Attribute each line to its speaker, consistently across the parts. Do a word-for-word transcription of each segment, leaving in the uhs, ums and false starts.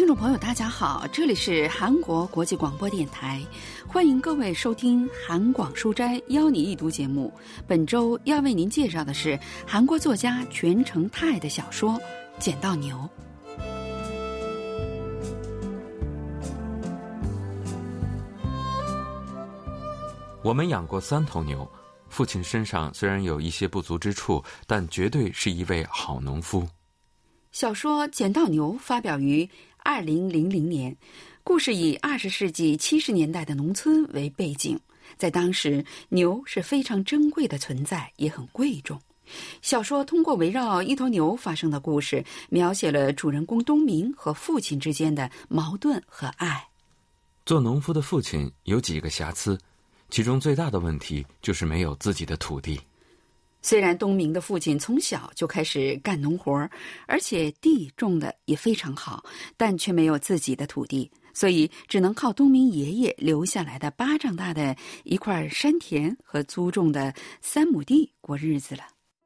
Speaker 1: 听众朋友大家好，这里是韩国国际广播电台，欢迎各位收听韩广书斋邀你一读节目。本周要为您介绍的是韩国作家全成泰的小说《捡到牛》。
Speaker 2: 我们养过三头牛，父亲身上虽然有一些不足之处，但绝对是一位好农夫。
Speaker 1: 小说《捡到牛》发表于二零零零年，故事以二十世纪七十年代的农村为背景，在当时牛是非常珍贵的存在，也很贵重。小说通过围绕一头牛发生的故事，描写了主人公东明和父亲之间的矛盾和爱。
Speaker 2: 做农夫的父亲有几个瑕疵，其中最大的问题就是没有自己的土地。
Speaker 1: 虽然东明的父亲从小就开始干农活，而且地种的也非常好，但却没有自己的土地，所以只能靠东明爷爷留下来的巴掌大的一块山田和租种的三亩地过日子了。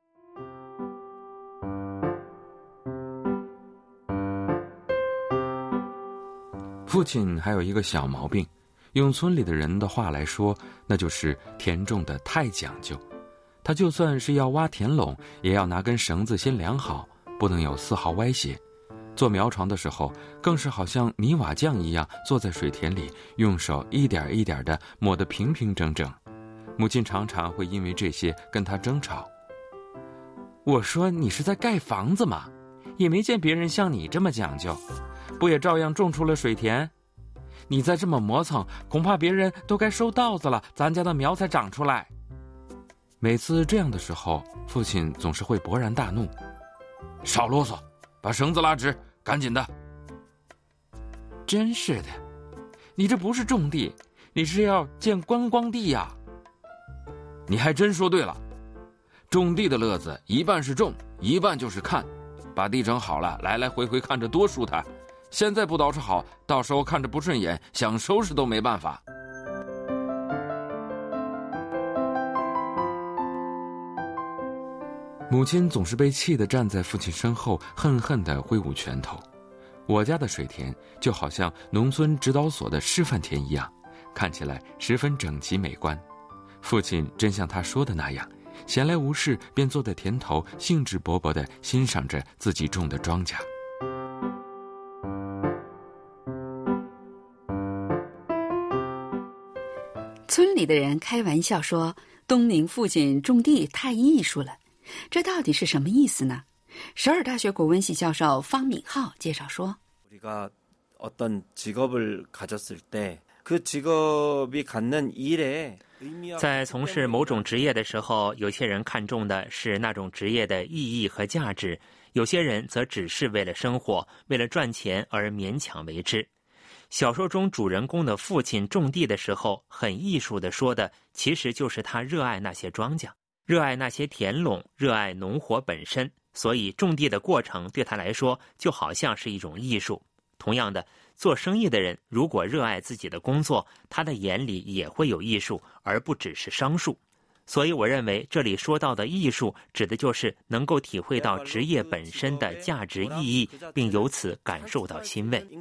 Speaker 2: 父亲还有一个小毛病，用村里的人的话来说，那就是田种的太讲究。他就算是要挖田垄，也要拿根绳子先量好，不能有丝毫歪斜。做苗床的时候，更是好像泥瓦匠一样坐在水田里，用手一点一点地抹得平平整整。母亲常常会因为这些跟他争吵。我说，你是在盖房子吗？也没见别人像你这么讲究，不也照样种出了水田？你再这么磨蹭，恐怕别人都该收稻子了，咱家的苗才长出来。每次这样的时候，父亲总是会勃然大怒，少啰嗦，把绳子拉直，赶紧的。真是的，你这不是种地，你是要建观光地呀。你还真说对了，种地的乐子一半是种，一半就是看，把地整好了，来来回回看着多舒坦。现在不捯饬好，到时候看着不顺眼，想收拾都没办法。母亲总是被气得站在父亲身后，恨恨地挥舞拳头。我家的水田就好像农村指导所的示范田一样，看起来十分整齐美观。父亲真像他说的那样，闲来无事便坐在田头，兴致勃勃地欣赏着自己种的庄稼。
Speaker 1: 村里的人开玩笑说，东明父亲种地太艺术了。这到底是什么意思呢？首尔大学国文系教授方敏浩介绍说，
Speaker 3: 우리가 어떤 직업을 가졌을 때 그 직업이 갖는 일에
Speaker 4: 在从事某种职业的时候，有些人看重的是那种职业的意义和价值，有些人则只是为了生活，为了赚钱而勉强为之。小说中主人公的父亲种地的时候，很艺术地说的，其实就是他热爱那些庄稼，热爱那些田垄，热爱农活本身，所以种地的过程对他来说就好像是一种艺术。同样的，做生意的人如果热爱自己的工作，他的眼里也会有艺术，而不只是商数。所以我认为这里说到的艺术，指的就是能够体会到职业本身的价值意义，并由此感受到欣慰。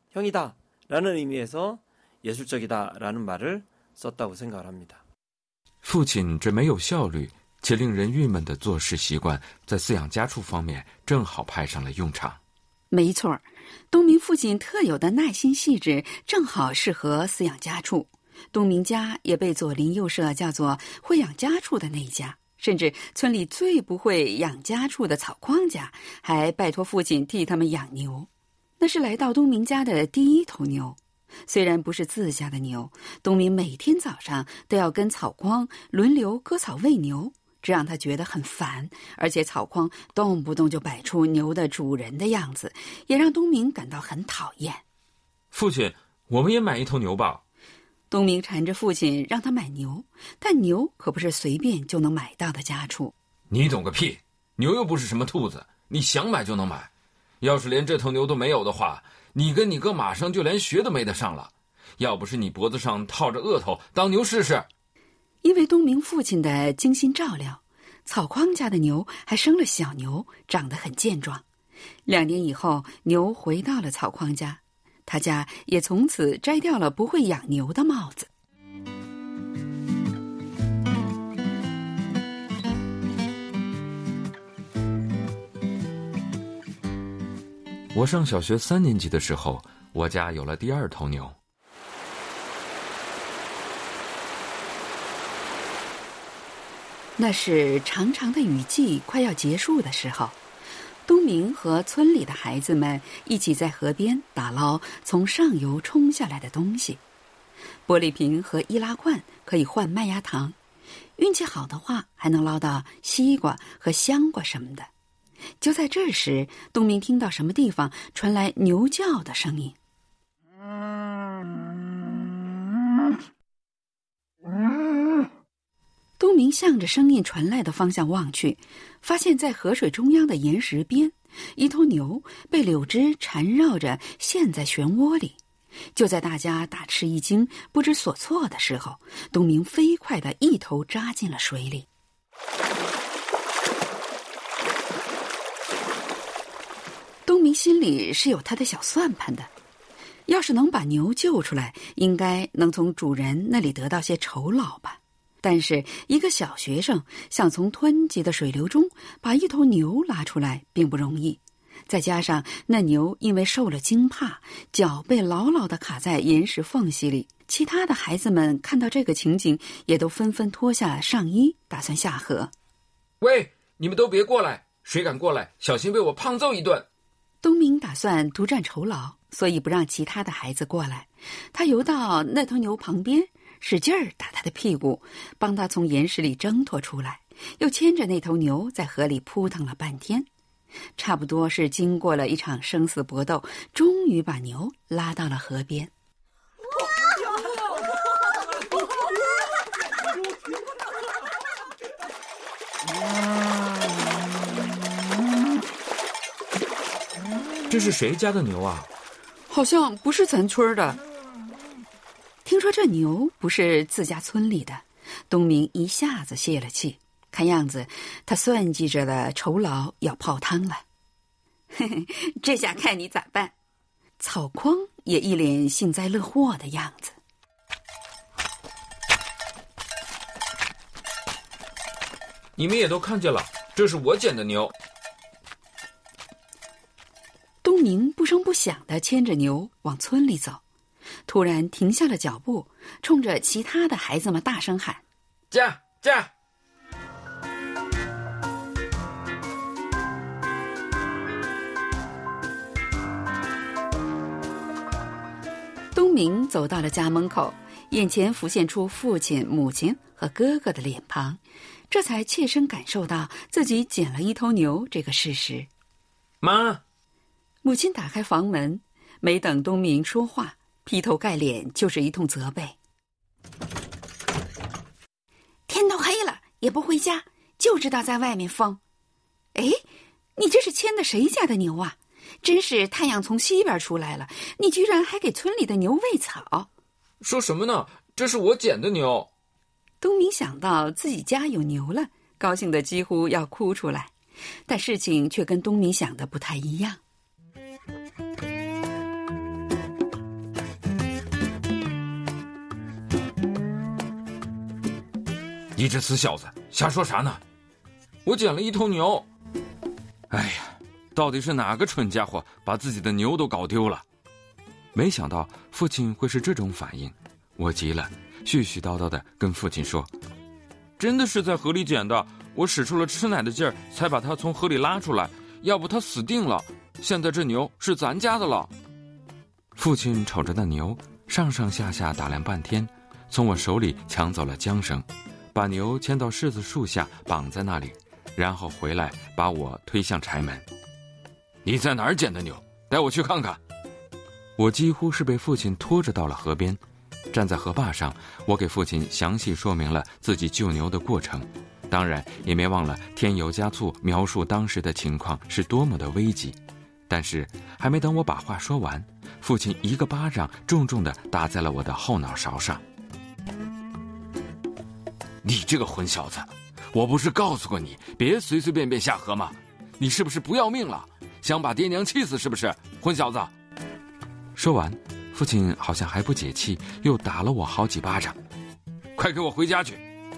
Speaker 3: 라는 의미에서 예술적이다라는 말을 썼다고 생각을 합니다.
Speaker 2: 父亲这没有效率且令人郁闷的做事习惯，在饲养家畜方面正好派上了用场。
Speaker 1: 没错，东明父亲特有的耐心细致，正好适合饲养家畜。东明家也被左邻右舍叫做会养家畜的那家，甚至村里最不会养家畜的草匡家，还拜托父亲替他们养牛。那是来到东明家的第一头牛，虽然不是自家的牛，东明每天早上都要跟草匡轮流割草喂牛，这让他觉得很烦，而且草匡动不动就摆出牛的主人的样子，也让东明感到很讨厌。
Speaker 2: 父亲，我们也买一头牛吧。
Speaker 1: 东明缠着父亲让他买牛，但牛可不是随便就能买到的家畜。
Speaker 2: 你懂个屁，牛又不是什么兔子，你想买就能买。要是连这头牛都没有的话，你跟你哥马上就连学都没得上了。要不是你脖子上套着额头，当牛试试。
Speaker 1: 因为东明父亲的精心照料，草匡家的牛还生了小牛，长得很健壮。两年以后，牛回到了草匡家， 他家也从此摘掉了不会养牛的帽子。
Speaker 2: 我上小学三年级的时候，我家有了第二头牛。
Speaker 1: 那是长长的雨季快要结束的时候，东明和村里的孩子们一起在河边打捞从上游冲下来的东西。玻璃瓶和易拉罐可以换麦芽糖，运气好的话还能捞到西瓜和香瓜什么的。就在这时，东明听到什么地方传来牛叫的声音。东明向着声音传来的方向望去，发现在河水中央的岩石边，一头牛被柳枝缠绕着陷在漩涡里。就在大家大吃一惊不知所措的时候，东明飞快地一头扎进了水里。东明心里是有他的小算盘的，要是能把牛救出来，应该能从主人那里得到些酬劳吧。但是一个小学生想从湍急的水流中把一头牛拉出来并不容易，再加上那牛因为受了惊怕，脚被牢牢地卡在岩石缝隙里。其他的孩子们看到这个情景，也都纷纷脱下上衣，打算下河。
Speaker 2: 喂，你们都别过来，谁敢过来，小心被我胖揍一顿。
Speaker 1: 东明打算独占酬劳，所以不让其他的孩子过来。他游到那头牛旁边，使劲儿打他的屁股，帮他从岩石里挣脱出来，又牵着那头牛在河里扑腾了半天。差不多是经过了一场生死搏斗，终于把牛拉到了河边。
Speaker 2: 这是谁家的牛啊？
Speaker 1: 好像不是咱村的。听说这牛不是自家村里的，东明一下子泄了气，看样子他算计着的酬劳要泡汤了。嘿嘿，这下看你咋办？草筐也一脸幸灾乐祸的样子。
Speaker 2: 你们也都看见了，这是我捡的牛。
Speaker 1: 东明不声不响地牵着牛往村里走，突然停下了脚步，冲着其他的孩子们大声喊：
Speaker 2: 驾驾！
Speaker 1: 东明走到了家门口，眼前浮现出父亲、母亲和哥哥的脸庞，这才切身感受到自己捡了一头牛这个事实。
Speaker 2: 妈！
Speaker 1: 母亲打开房门，没等东明说话，劈头盖脸就是一通责备。天都黑了也不回家，就知道在外面疯。哎，你这是牵的谁家的牛啊？真是太阳从西边出来了，你居然还给村里的牛喂草。
Speaker 2: 说什么呢？这是我捡的牛。
Speaker 1: 东明想到自己家有牛了，高兴得几乎要哭出来，但事情却跟东明想的不太一样。
Speaker 2: 你这死小子，瞎说啥呢？我捡了一头牛。哎呀，到底是哪个蠢家伙把自己的牛都搞丢了？没想到父亲会是这种反应，我急了，絮絮叨叨地跟父亲说：真的是在河里捡的，我使出了吃奶的劲儿才把它从河里拉出来，要不它死定了。现在这牛是咱家的了。父亲瞅着那牛，上上下下打量半天，从我手里抢走了缰绳，把牛牵到柿子树下绑在那里，然后回来把我推向柴门。你在哪儿捡的牛？带我去看看。我几乎是被父亲拖着到了河边，站在河坝上，我给父亲详细说明了自己救牛的过程，当然也没忘了添油加醋描述当时的情况是多么的危急。但是还没等我把话说完，父亲一个巴掌重重地打在了我的后脑勺上。你这个混小子，我不是告诉过你别随随便便下河吗？你是不是不要命了？想把爹娘气死是不是，混小子？ 说完，父亲好像还不解气，又打了我好几巴掌。快给我回家去！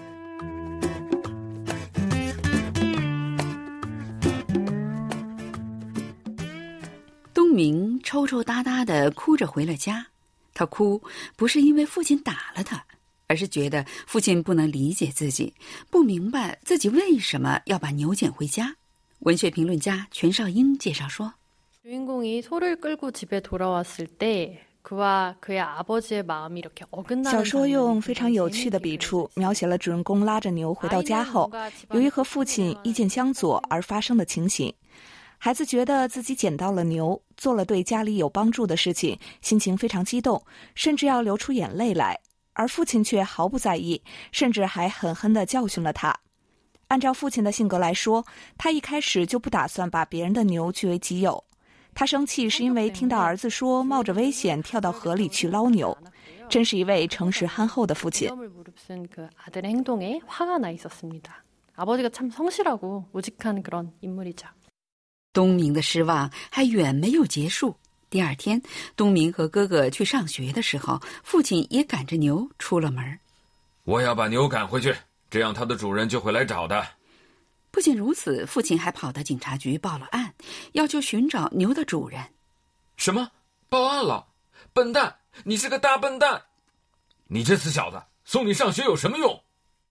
Speaker 1: 东明抽抽搭搭地哭着回了家。他哭不是因为父亲打了他，而是觉得父亲不能理解自己，不明白自己为什么要把牛捡回家。文学评论家全少英介绍说，
Speaker 5: 주인공이 소를 끌고 집에 돌아왔을 때 그와 그의 아버지의 마음이 이렇게 어긋나는
Speaker 6: 小说用非常有趣的笔触描写了主人公拉着牛回到家后，由于和父亲意见相左而发生的情形。孩子觉得自己捡到了牛，做了对家里有帮助的事情，心情非常激动，甚至要流出眼泪来，而父亲却毫不在意，甚至还狠狠地教训了他。按照父亲的性格来说，他一开始就不打算把别人的牛据为己有。他生气是因为听到儿子说冒着危险跳到河里去捞牛，真是一位诚实憨厚的父亲。
Speaker 5: 아들의 행동에 화가 나 있었습니다. 아버지가 참 성실하고 우직한 그런 인물이죠.
Speaker 1: 东明的失望还远没有结束。第二天，东明和哥哥去上学的时候，父亲也赶着牛出了门。
Speaker 2: 我要把牛赶回去，这样它的主人就会来找的。
Speaker 1: 不仅如此，父亲还跑到警察局报了案，要求寻找牛的主人。
Speaker 2: 什么？报案了？笨蛋！你是个大笨蛋！你这死小子，送你上学有什么用？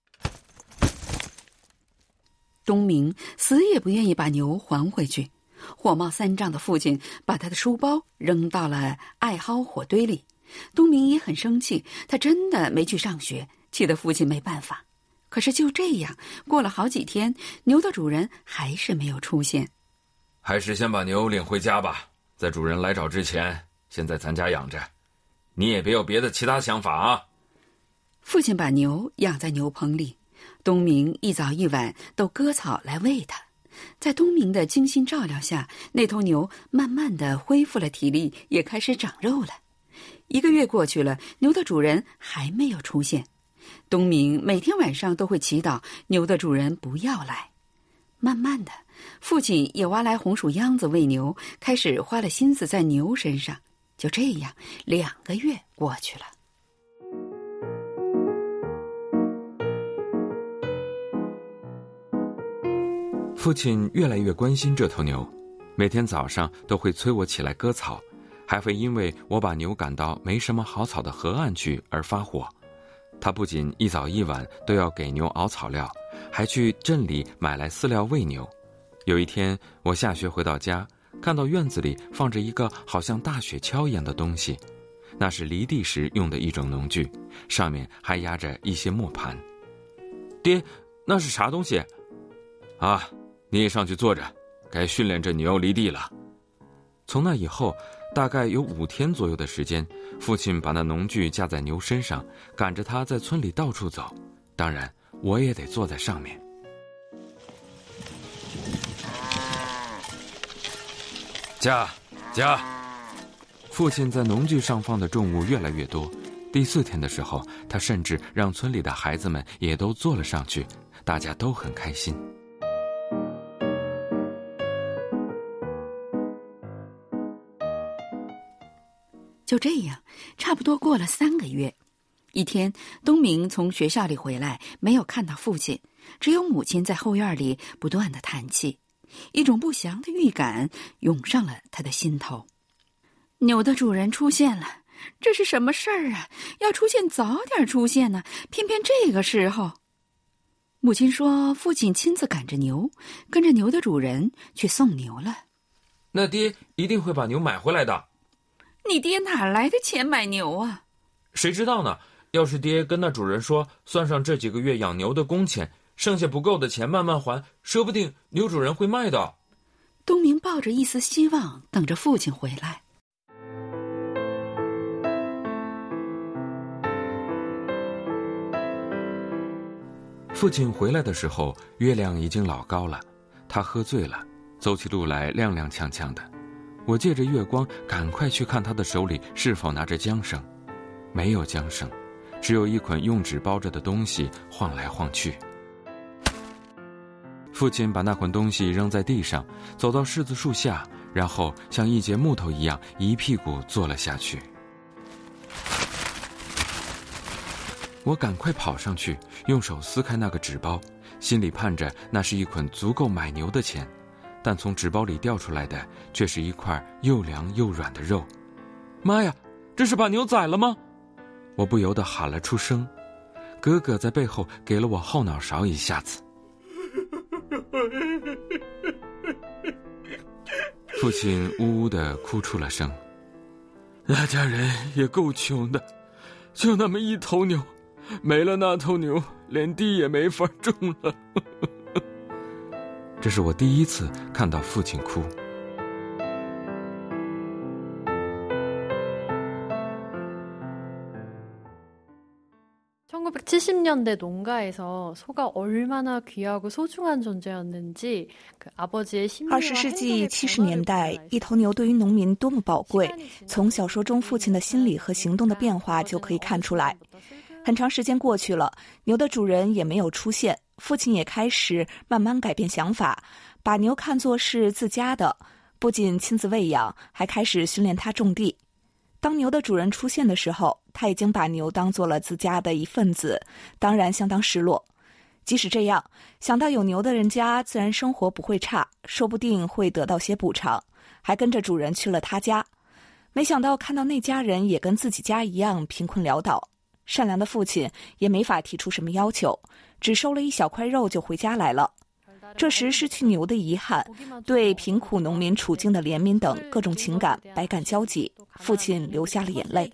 Speaker 1: 东明死也不愿意把牛还回去。火冒三丈的父亲把他的书包扔到了艾蒿火堆里。东明也很生气，他真的没去上学，气得父亲没办法。可是就这样过了好几天，牛的主人还是没有出现。
Speaker 2: 还是先把牛领回家吧，在主人来找之前，先在咱家养着。你也别有别的其他想法啊。
Speaker 1: 父亲把牛养在牛棚里，东明一早一晚都割草来喂它。在东明的精心照料下，那头牛慢慢地恢复了体力，也开始长肉了。一个月过去了，牛的主人还没有出现。东明每天晚上都会祈祷牛的主人不要来。慢慢的，父亲也挖来红薯秧子喂牛，开始花了心思在牛身上。就这样，两个月过去了。
Speaker 2: 父亲越来越关心这头牛，每天早上都会催我起来割草，还会因为我把牛赶到没什么好草的河岸去而发火。他不仅一早一晚都要给牛熬草料，还去镇里买来饲料喂牛。有一天我下学回到家，看到院子里放着一个好像大雪橇一样的东西，那是犁地时用的一种农具，上面还压着一些磨盘。爹，那是啥东西？啊，你也上去坐着，该训练这牛犁地了。从那以后，大概有五天左右的时间，父亲把那农具架在牛身上，赶着它在村里到处走。当然，我也得坐在上面。驾驾！父亲在农具上放的重物越来越多。第四天的时候，他甚至让村里的孩子们也都坐了上去，大家都很开心。
Speaker 1: 就这样，差不多过了三个月。一天，东明从学校里回来，没有看到父亲，只有母亲在后院里不断地叹气。一种不祥的预感涌上了他的心头。牛的主人出现了，这是什么事儿啊？要出现早点出现呢，偏偏这个时候。母亲说，父亲亲自赶着牛，跟着牛的主人去送牛了。
Speaker 2: 那爹一定会把牛买回来的。
Speaker 1: 你爹哪来的钱买牛啊？
Speaker 2: 谁知道呢？要是爹跟那主人说，算上这几个月养牛的工钱，剩下不够的钱慢慢还，说不定牛主人会卖的。
Speaker 1: 东明抱着一丝希望，等着父亲回来。
Speaker 2: 父亲回来的时候，月亮已经老高了，他喝醉了，走起路来踉踉跄跄的。我借着月光赶快去看他的手里是否拿着缰绳，没有缰绳，只有一捆用纸包着的东西晃来晃去。 父亲把那捆东西扔在地上，走到柿子树下，然后像一节木头一样一屁股坐了下去。我赶快跑上去，用手撕开那个纸包，心里盼着那是一捆足够买牛的钱，但从纸包里掉出来的却是一块又凉又软的肉。妈呀，这是把牛宰了吗？我不由得喊了出声。哥哥在背后给了我后脑勺一下子。父亲呜呜地哭出了声。那家人也够穷的，就那么一头牛，没了那头牛，连地也没法种了。这是我第一次看到父亲哭。
Speaker 5: 천구백칠십 년대 농가에서 소가 얼마나 귀하고 소중한 존재였는지 그 아버지의 심리와
Speaker 6: 二十世纪七十年代，一头牛对于农民多么宝贵，从小说中父亲的心理和行动的变化就可以看出来。很长时间过去了，牛的主人也没有出现，父亲也开始慢慢改变想法，把牛看作是自家的，不仅亲自喂养，还开始训练它种地。当牛的主人出现的时候，他已经把牛当作了自家的一份子，当然相当失落。即使这样，想到有牛的人家自然生活不会差，说不定会得到些补偿，还跟着主人去了他家。没想到看到那家人也跟自己家一样贫困潦倒，善良的父亲也没法提出什么要求，只收了一小块肉就回家来了。这时失去牛的遗憾，对贫苦农民处境的怜悯等各种情感百感交集，父亲流下了眼泪。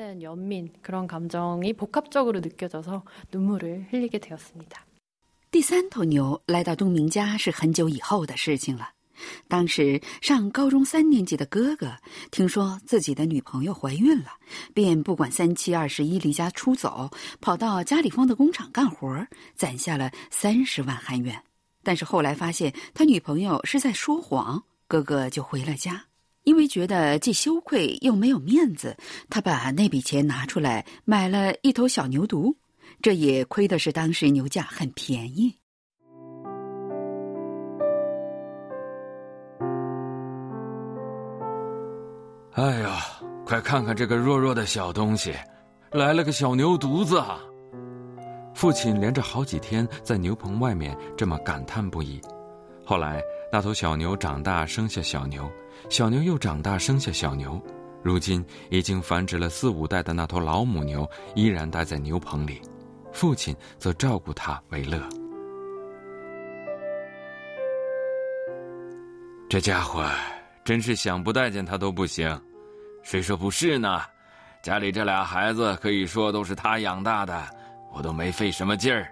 Speaker 1: 第三头牛来到东明家是很久以后的事情了。当时上高中三年级的哥哥听说自己的女朋友怀孕了，便不管三七二十一离家出走，跑到家里丰的工厂干活，攒下了三十万韩元。但是后来发现他女朋友是在说谎，哥哥就回了家。因为觉得既羞愧又没有面子，他把那笔钱拿出来买了一头小牛犊，这也亏的是当时牛价很便宜。
Speaker 2: 哎呀，快看看这个弱弱的小东西，来了个小牛犊子啊！父亲连着好几天在牛棚外面这么感叹不已。后来那头小牛长大生下小牛，小牛又长大生下小牛，如今已经繁殖了四五代的那头老母牛依然待在牛棚里，父亲则照顾它为乐。这家伙真是想不待见他都不行，谁说不是呢？家里这俩孩子可以说都是他养大的，我都没费什么劲儿。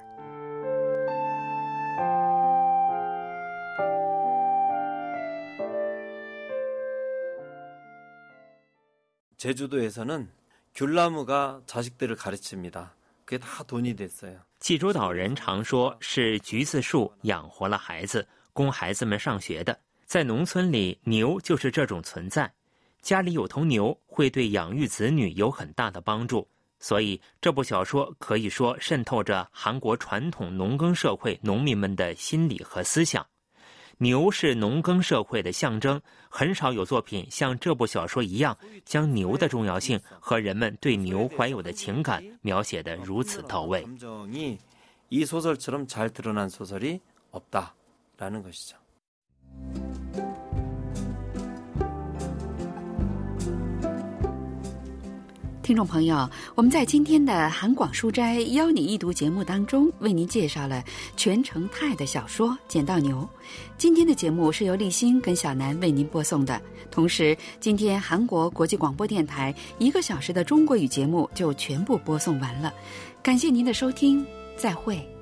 Speaker 3: 제주도에서는 귤나무가 자식들을 가르칩니다. 그게 다 돈이 됐어요.
Speaker 4: 济州岛人常说是橘子树养活了孩子，供孩子们上学的。在农村里，牛就是这种存在。家里有头牛会对养育子女有很大的帮助。所以这部小说可以说渗透着韩国传统农耕社会农民们的心理和思想。牛是农耕社会的象征，很少有作品像这部小说一样将牛的重要性和人们对牛怀有的情感描写得如此到位。
Speaker 3: 이 소설처럼 잘 드러난 소설이 없다라는 것이죠.
Speaker 1: 听众朋友，我们在今天的韩广书斋邀你一读节目当中，为您介绍了全成泰的小说《捡到牛》。今天的节目是由立新跟小南为您播送的。同时，今天韩国国际广播电台一个小时的中国语节目就全部播送完了。感谢您的收听，再会。